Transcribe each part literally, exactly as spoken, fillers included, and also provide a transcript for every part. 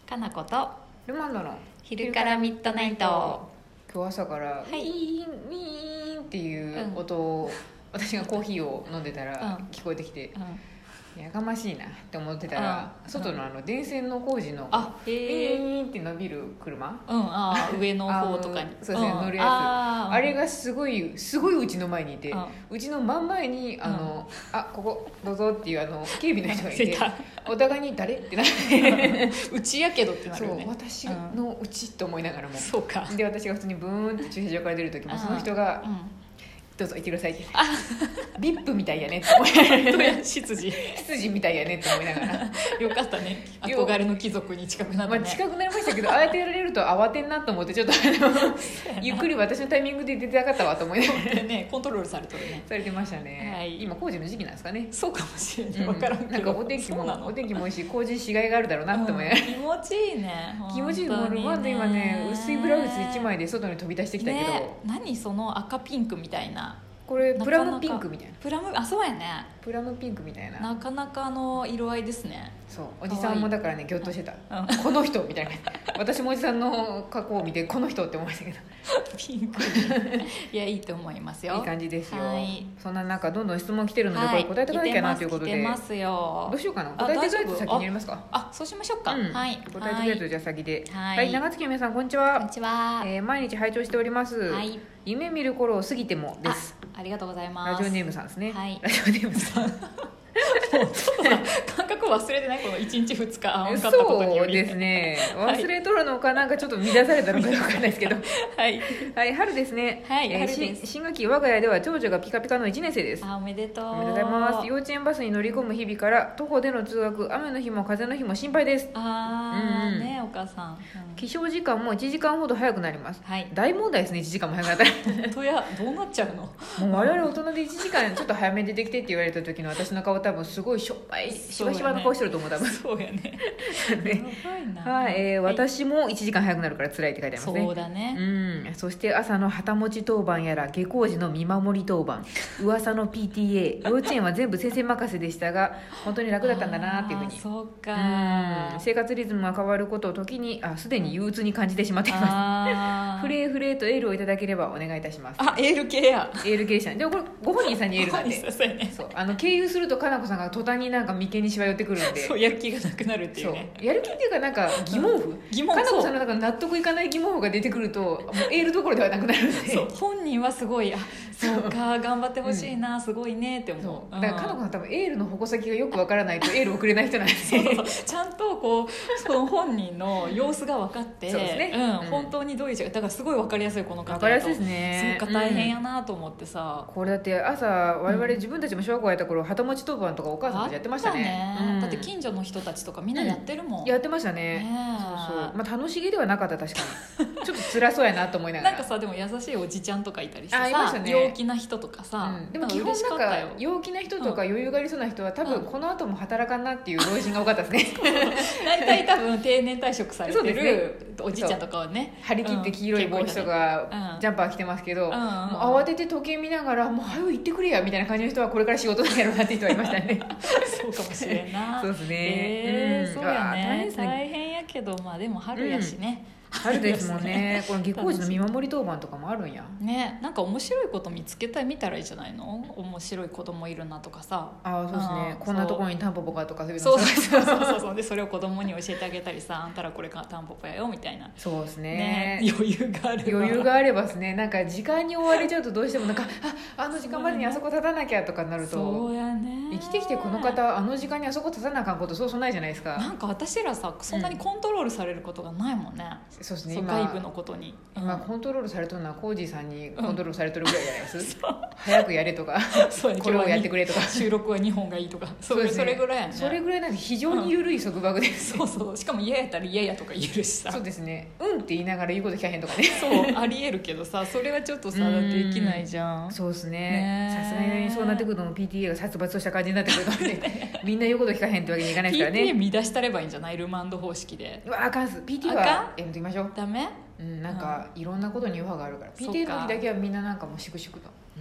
かなことルマンドの昼からミッドナイト。 今日朝から、 はい、 イーンイーンっていう音を、うん、私がコーヒーを飲んでたら聞こえてきて、うん、やかましいなって思ってたら、うん、外のあの電線の工事のあへイーンって伸びる車、 うん、あ上の方とかにそうですね、うん、乗るやつ あ, あれがすごいすごいうちの前にいて、うん、うちの真ん前にあの、うん、あここどうぞっていうあの警備の人がいてお互いに誰ってなってうちやけどってなるよね。 そう私のうちと思いながらも、 そうか。 で私が普通にブーンって駐車場から出る時もその人が、うん、どうぞ行ってくださいってビップみたいやねって思いながら執事執事みたいやねって思いながらよかったね、憧れの貴族に近くなったね、 まあ、近くなりましたけどああやってやられると慌てんなと思ってちょっとゆっくり私のタイミングで出てなかったわと思いながらね、コントロールされてるねされてましたね、はい、今工事の時期なんですかね。 そうかもしれない、分からんけど、 なんかお天気もお天気もいいし工事しがいがあるだろうなって思いながら、うん、 気持ちいいね気持ちいい。もうまだ今ね薄いブラウスいちまいで外に飛び出してきたけど、 ね、何その赤ピンクみたいな、 これプラムピンクみたいな、 プラム、あ、そうやね、 プラムピンクみたいな、 なかなかの色合いですね。 そうおじさんもだからねギョッとしてた、うん、この人みたいな私もおじさんの格好を見てこの人って思いましたけどピンクいやいいと思いますよ。 いい感じですよ、 はい、 そんな中どんどん質問来てるので、はい、これ答えていかなきゃなということで、 来てますよ。 どうしようかな、答えてくれると先にやりますか。 あ、そうしましょうか、うん、はい、 答えてくれるとじゃあ先で、 はい、 はい、長月の皆さんこんにちは。 こんにちは、 えー、毎日拝聴しております、はい、夢見る頃を過ぎてもです。 あ, ありがとうございます。 ラジオネームさんですね、 はい、 ラジオネームさんちょっとさ感覚忘れてない、このいちにちふつか会わんかったことにより、ね、 そうですね、忘れとるのかなんかちょっと乱されたのか分かんないですけどはい、はい、 春ですね、 はい、 えー、 春です。 新学期我が家では長女がピカピカのいちねん生です。 あ、おめでとう。 おめでとうございます。幼稚園バスに乗り込む日々から徒歩での通学、雨の日も風の日も心配です。 あ、うんうん、ね、お母さん、うん、 起床時間もいちじかんほど早くなります、 はい、 大問題ですね。いちじかんも早くなったら本当や、どうなっちゃうのもう我々大人でいちじかんちょっと早めに出てきてって言われた時の私の顔、多分すごいしょっぱいしばしばの顔してると思う、多分。 そうやねねはい、えーはい、私もいちじかん早くなるから辛いって書いてありますね。 そうだね、 うん、そして朝の旗持ち当番やら下校時の見守り当番、噂の ピーティーエー 幼稚園は全部先生任せでしたが本当に楽だったんだなっていうふうに。 そうか、 うん、生活リズムが変わることを時にあすでに憂鬱に感じてしまっています。フレーフレーとエールをいただければお願いいたします。 あ、エール系や、 エール系者でもこれご本人さんにエールなんでそう、ね、 そう、あの経由するとかなこさんが途端になんか眉間にしわ寄ってくるんで、 そう、やる気がなくなるっていうね。 そうやる気っていうかなんか疑問符、 疑問、 かなこさんの中納得いかない疑問符が出てくるともうエールどころではなくなるんで、 そう本人はすごい、あ、そうか頑張ってほしいな、うん、すごいねって思う。 うだからかなこさん多分エールの矛先がよくわからないとエールを送れない人なんですね。 そうそう、ちゃんとこうその本人の様子が分かってそうですね、 うんうん、本当にどういう違いだからすごい分かりやすい、この方分かりやすいですね。 そうか、大変やなと思ってさ、 うん、これだって朝我々自分たちも小学校やった頃旗持ち当番とかお母さんたちやってましたね。 ね、 うん、 だって近所の人たちとかみんなやってるもん、うん、 やってましたね。 ね、 そうそう、まあ、楽しげではなかった、確かにちょっと辛そうやなと思いながらなんかさ、でも優しいおじちゃんとかいたりしてさ、ね、陽気な人とかさ、 うん、でも基本なんか陽気な人とか余裕がありそうな人は多分この後も働かんなっていう老人が多かったですね。 大体多分定年退職されてるおじいちゃんとかはね、 張り切って黄色い帽子とかジャンパー着てますけど、もう慌てて時計見ながらもう早く行ってくれやみたいな感じの人はこれから仕事だやろうなって人はいましたね。 そうかもしれんな。 そうですね、 えーうん、そうやね、 大変ですね、 大変やけど、まあでも春やしね、 うん、春ですもんね。この下校時の見守り当番とかもあるんやね。なんか面白いこと見つけたら見たらいいじゃないの。面白い子供いるなとかさ、 ああそうですね、こんなところにタンポポかとかそういうの、 そうそうそうそうそうでそれを子供に教えてあげたりさ、あんたらこれからタンポポやよみたいな。 そうです ね, ね、余裕があれば余裕があればですね。なんか時間に追われちゃうとどうしてもなんかああの時間までにあそこ立たなきゃとかになると、 そうやね、 生きてきてこの方あの時間にあそこ立たなあかんことそうそうないじゃないですか。 なんか私らさそんなにコントロールされることがないもんね、 うん、そうですね。 今外部のことに今、うん、コントロールされてるのはコージーさんにコントロールされてるぐらいじゃないです、うん、早くやれとかそうこれをやってくれとか収録はにほんがいいとかそ れ, そ, ね、それぐらいやね。 それぐらいなんか非常に緩い束縛です、 うん、そうそう、しかも嫌やったら嫌やとか言えるしさ。 そうですね、うんって言いながら言うこと聞かへんとかね。 そうありえるけどさ、それはちょっとさできないじゃん。 そうですね、さすがにそうなってくると ピーティーエー が殺伐とした感じになってくるのでみんな言うこと聞かへんってわけにいかないですからね。 ピーティーエー 乱したればいいんじゃない、ルマンド方式で。 うわあかんす、 ピーティーエー はやめときましょう。 ダメ、 うん、なんかいろんなことに余波があるから、 ピーティーエー の時だけはみんななんかもうしくしくと、うん、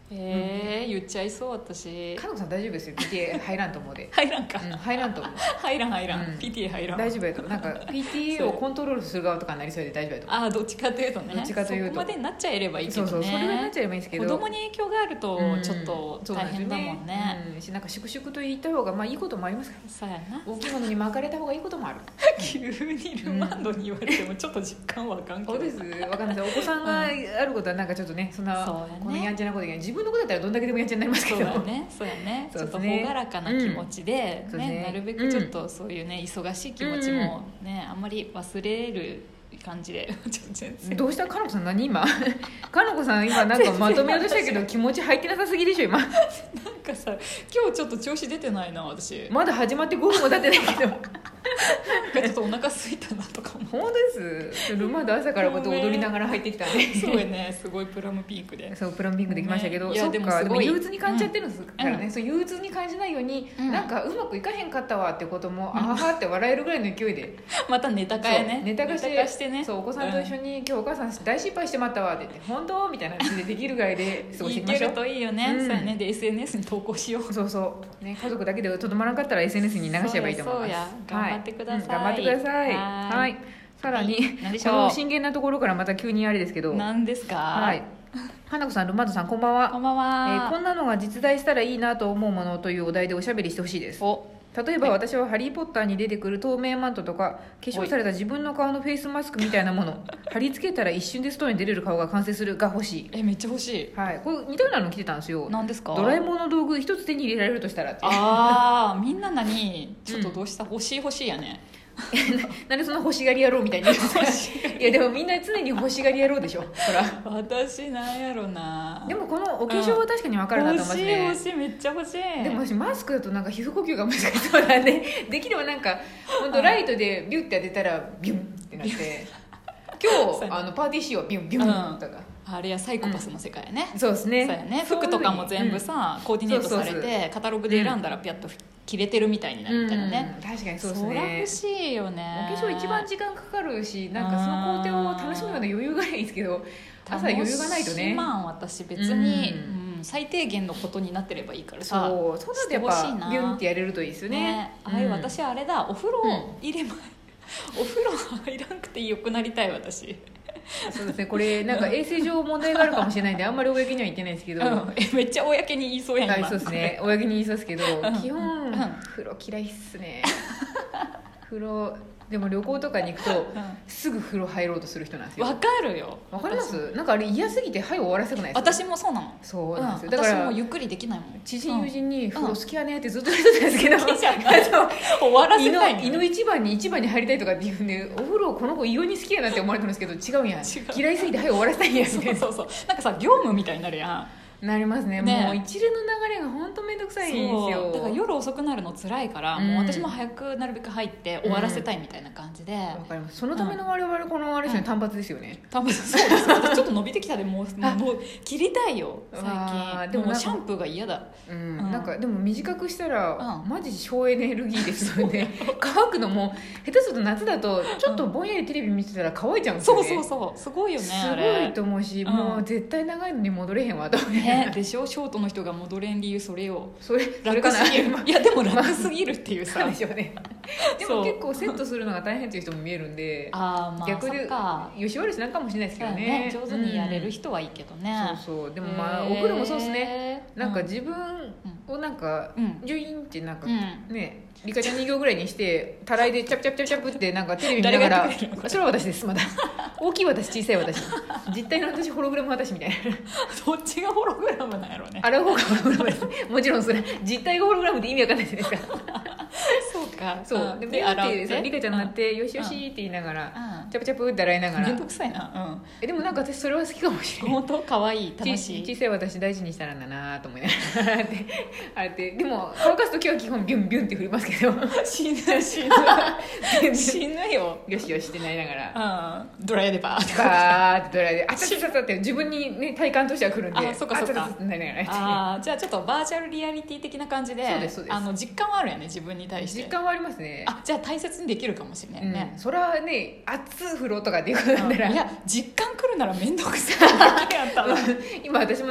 えー、言っちゃいそう私。 かのこさん大丈夫ですよ ピーティーエー 入らんと思うで入らんか、 うん、入らんと思う入らん入らん、 うんピーティーエー 入らん大丈夫やと思うなんか ピーティーエー をコントロールする側とかになりそうで大丈夫やと思うああどっちかというとねどっちかというとそこまでになっちゃえればいいけどね。 そうそうそれがなっちゃえばいいんですけど子供に影響があるとちょっと大変だもんね、 うん、しなんか粛々と言った方がまあいいこともありますからそうやな。 大きいものに巻かれた方がいいこともある急にルマンドに言われてもちょっと実感わかんけど、 そうですわかんないですお子さんがあることはなんかちょっとねそんなそうやねこのやんちゃなことできない自分のことだったらどんだけでもやんちゃになりますけどそうやねそうやねそうちょっとですね朗らかな気持ちで、 うんそうですねねなるべくちょっとそういうね忙しい気持ちもね、あんまり忘れる感じでちょっと全然どうしたかのこさん何今かのこさん今なんかまとめようとしたけど気持ち入ってなさすぎでしょ今なんかさ今日ちょっと調子出てないな私まだ始まってごふんも経ってないけどなんかちょっとお腹空いたなとか思本当ですルマンド朝からこうやって踊りながら入ってきたねそうやねすごいプラムピンクでそうプランピングできましたけど、 ねいやそっかでもすごいでも憂鬱に感じちゃってるんですからね、 うんそう憂鬱に感じないように、 うんなんかうまくいかへんかったわってことも、 うんあははって笑えるぐらいの勢いでまたネタかえねそうネタ化してしてねそうお子さんと一緒に、今日お母さん大失敗してまったわって言って本当みたいな感じでできるぐらいで過ごしていきましょういけるといいよね、 うんそうやねで エスエヌエス に投稿しようそうそう、ね、家族だけでとどまらなかったら エスエヌエス に流しちゃえばいいと思いますそうやそうや頑張ってくださいはうん頑張ってくださいはいはいさらに、 はい何でしょうこの真剣なところからまた急にあれですけど何ですかはい花子さんルマンドさんこんばんはこんばんえーは、 こんなのが実在したらいいなと思うものというお題でおしゃべりしてほしいですお例えば私は「ハリー・ポッター」に出てくる透明マントとか化粧された自分の顔のフェイスマスクみたいなもの貼り付けたら一瞬で外に出れる顔が完成するが欲しい、 えめっちゃ欲しはい、これ似たようなの来てたんですよい何ですかドラえもんの道具一つ手に入れられるとしたらってああみんな何ちょっとどうした、欲しい欲しいやねなんでそんな欲しがり野郎みたいに言うんですかいやでもみんな常に欲しがり野郎でしょそら私なんやろなでもこのお化粧は確かに分かるなと思いますね、 欲しい欲しいめっちゃ欲しいでも私マスクだとなんか皮膚呼吸が難しそうなんでできればなんか本当ライトでビュッて当てたらビュンってなって今日あのパーティーしようビュンビュンとか、 あれやサイコパスの世界やね、 そうですねそうやね服とかも全部さ、コーディネートされそうそうてカタログで選んだらピャッと着れてるみたいになるみたいなね、 うん確かにそうですそりゃね欲しいよねお化粧一番時間かかるしなんかその工程を楽しむような余裕がないんですけど朝余裕がないとね楽しまん私別に、うん最低限のことになってればいいからさそうそうなるとやっぱしてほしいなビュンってやれるといいですよねねあれ、 うん私あれだお風呂入れ前、お風呂入らなくてよくなりたい私そうですねこれなんか衛生上問題があるかもしれないんであんまり公には言ってないですけど、 うんえめっちゃ公に言いそうやん今はいそうですね公に言いそうですけどん基本うん風呂嫌いっすね風呂でも旅行とかに行くとすぐ風呂入ろうとする人なんですよわかるよわかりますなんかあれ嫌すぎて早終わらせたくないですか私もそうなのそうなんですよ、 うん、 だから私もゆっくりできないもん知人友人にうん風呂好きやねってずっと言ってたんですけど、 好きじゃんそう終わらせ胃のたいの胃の一番に一番に入りたいとかっていうんでお風呂この子異様に好きやなって思われてるんですけど違うんや違う嫌いすぎて早終わらせたいんやみたいなそうそうそうなんかさ業務みたいになるやんなりますねねもう一連の流れが本当面倒くさいんですそようだから夜遅くなるの辛いから、 うんもう私も早くなるべく入って終わらせたいみたいな感じで、 わかりますそのための我々このあれですね、 うん単発ですよね多分そうです私ちょっと伸びてきたでもうあもう切りたいよ最あー近でもなんかもうシャンプーが嫌だうん、 うんなんかでも短くしたら、 うんマジ省エネルギーですので乾くのも下手すると夏だとちょっとぼんやりテレビ見てたら乾いちゃうんですよね、 そうそうそうすごいよねすあごいれと思うし、 うんもう絶対長いのに戻れへんわと思って、 ね、でしょショートの人が戻れん理由それよそれそれ楽かなすぎるいやでも楽すぎるっていうさそうでしょうねでそうも結構セットするのが大変っていう人も見えるんであーまあ逆でそっかよし悪しなんかもしれないですけどねね上手にやれる人、 人はいいけどね、 うんそうそうでもまあへーお風呂もそうですねなんかう自分をなんかうんジュイーンってなんかうんねリカちゃんに行ぐらいにしてたらいでチャプチャプチャプチャプってなんかテレビ見なが誰がやらってくれるのこれそれは私ですまだ大きい私小さい私実体の私ホログラム私みたいなどっちがホログラムなんやろうねあれ方がホログラムですもちろんそれ実体がホログラムって意味わかんないじゃないですかそうかそうでビューってそうリカちゃんになってよしよしって言いながらうんチャプチャプって洗いながら面倒くさいなえでもなんか私それは好きかもしれないうん本当可愛い楽ちしい小さい私大事にしたらんだなと思いながらであれってでも乾かす時は基本ビュンビュンって振りますけど死ぬ死ぬ死ぬよよしよしってなりながらうんドライヤーでバーってバーってドライであちゃちゃちゃって自分にね体感としては来るんであそっかそっかあちゃちゃってなりながらやってあーじゃあちょっとバーチャルリアリティ的な感じでそうですそうですあの実感はあるよね自分に対して実感はありますねあじゃあ大切にできるかもしれないねうん、それはね熱風呂とかっていうことなんだらいや実感来るなら面倒くさいだけやったら今私も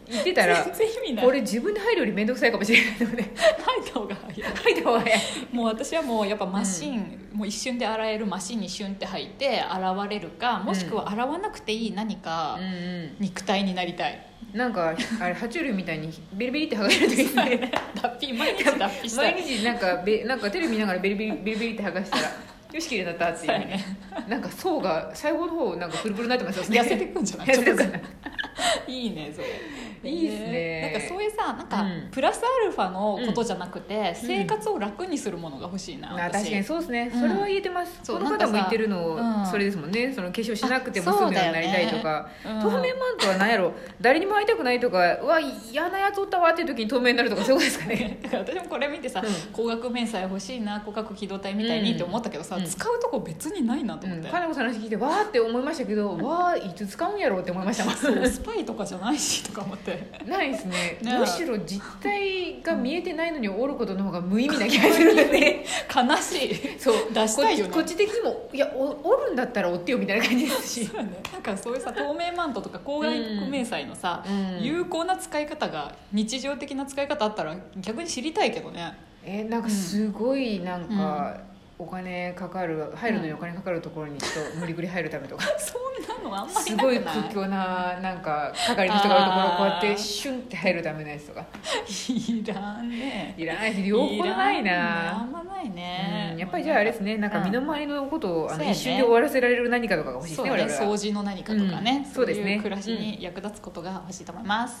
言ってたら全然意味ない。 これ自分で入るより面倒くさいかもしれないので入った方が早い。 入った方が早い。 もう私はもうやっぱマシン、うん、もう一瞬で洗えるマシンにシュンって入って洗われるか、もしくは洗わなくていい何か肉体になりたい、 うんうん、なんかあれ爬虫類みたいにベリベリって剥がれるといいですね脱皮毎日脱皮したい。 毎日なんかべなんかテレビ見ながらベリベリベリベリって剥がしたらよし綺麗になったっていう、ね、なんか層が最後の方なんかプルプルになってますよね。 痩せてくんじゃない？ 痩せてくんいいねそれ。 いいですね。 なんかそういうさ、なんかプラスアルファのことじゃなくて、うん、生活を楽にするものが欲しいな、 うん、確かにそうですね、それは言えてます、うん、この方も言ってるの、うん、それですもんね。その化粧しなくても済むようになりたいとか、ね、うん、透明マントは何やろ、誰にも会いたくないとか、うわ嫌なやつおったわっていう時に透明になるとか、そういうことですかねだから私もこれ見てさ、うん、光学迷彩欲しいな、光学機動隊みたいにって思ったけどさ、うん、使うとこ別にないなと思って、 金子さんの話聞いてわーって思いましたけど、わーいつ使うんやろうって思いましたもんそうスパイとかじゃないしとか思ってないですねむしろ実態が見えてないのにおることの方が無意味な気がするんでね悲しい。 そう出したいよね。 こっち的にもいや お, おるんだったらおってよみたいな感じですし、 そうね、なんかそういうさ透明マントとか光学迷彩のさ、うん、有効な使い方が日常的な使い方あったら逆に知りたいけどね。 えー、なんかすごいなんか、うんお金かかる入るのにお金かかるところにちょっと無理くり入るためとかそんなのあんまりすごい屈強ななんか係の人がいるところをこうやってシュンって入るためのやつとかいらんね。 いらないし両方ないな。 あんまないね、 うん、やっぱりじゃああれですね、なんか身の回りのことをあの一瞬で終わらせられる何かとかが欲しいですね。 そうね、掃除の何かとかね、 うん、そうですね、 そういう暮らしに役立つことが欲しいと思います、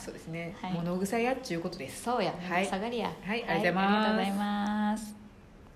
うん、そうですね、 はい、 物臭いやっちゅうことです。 そうや、 はい、 下がりや。 はい、ありがとうございます、 はい、ありがとうございます。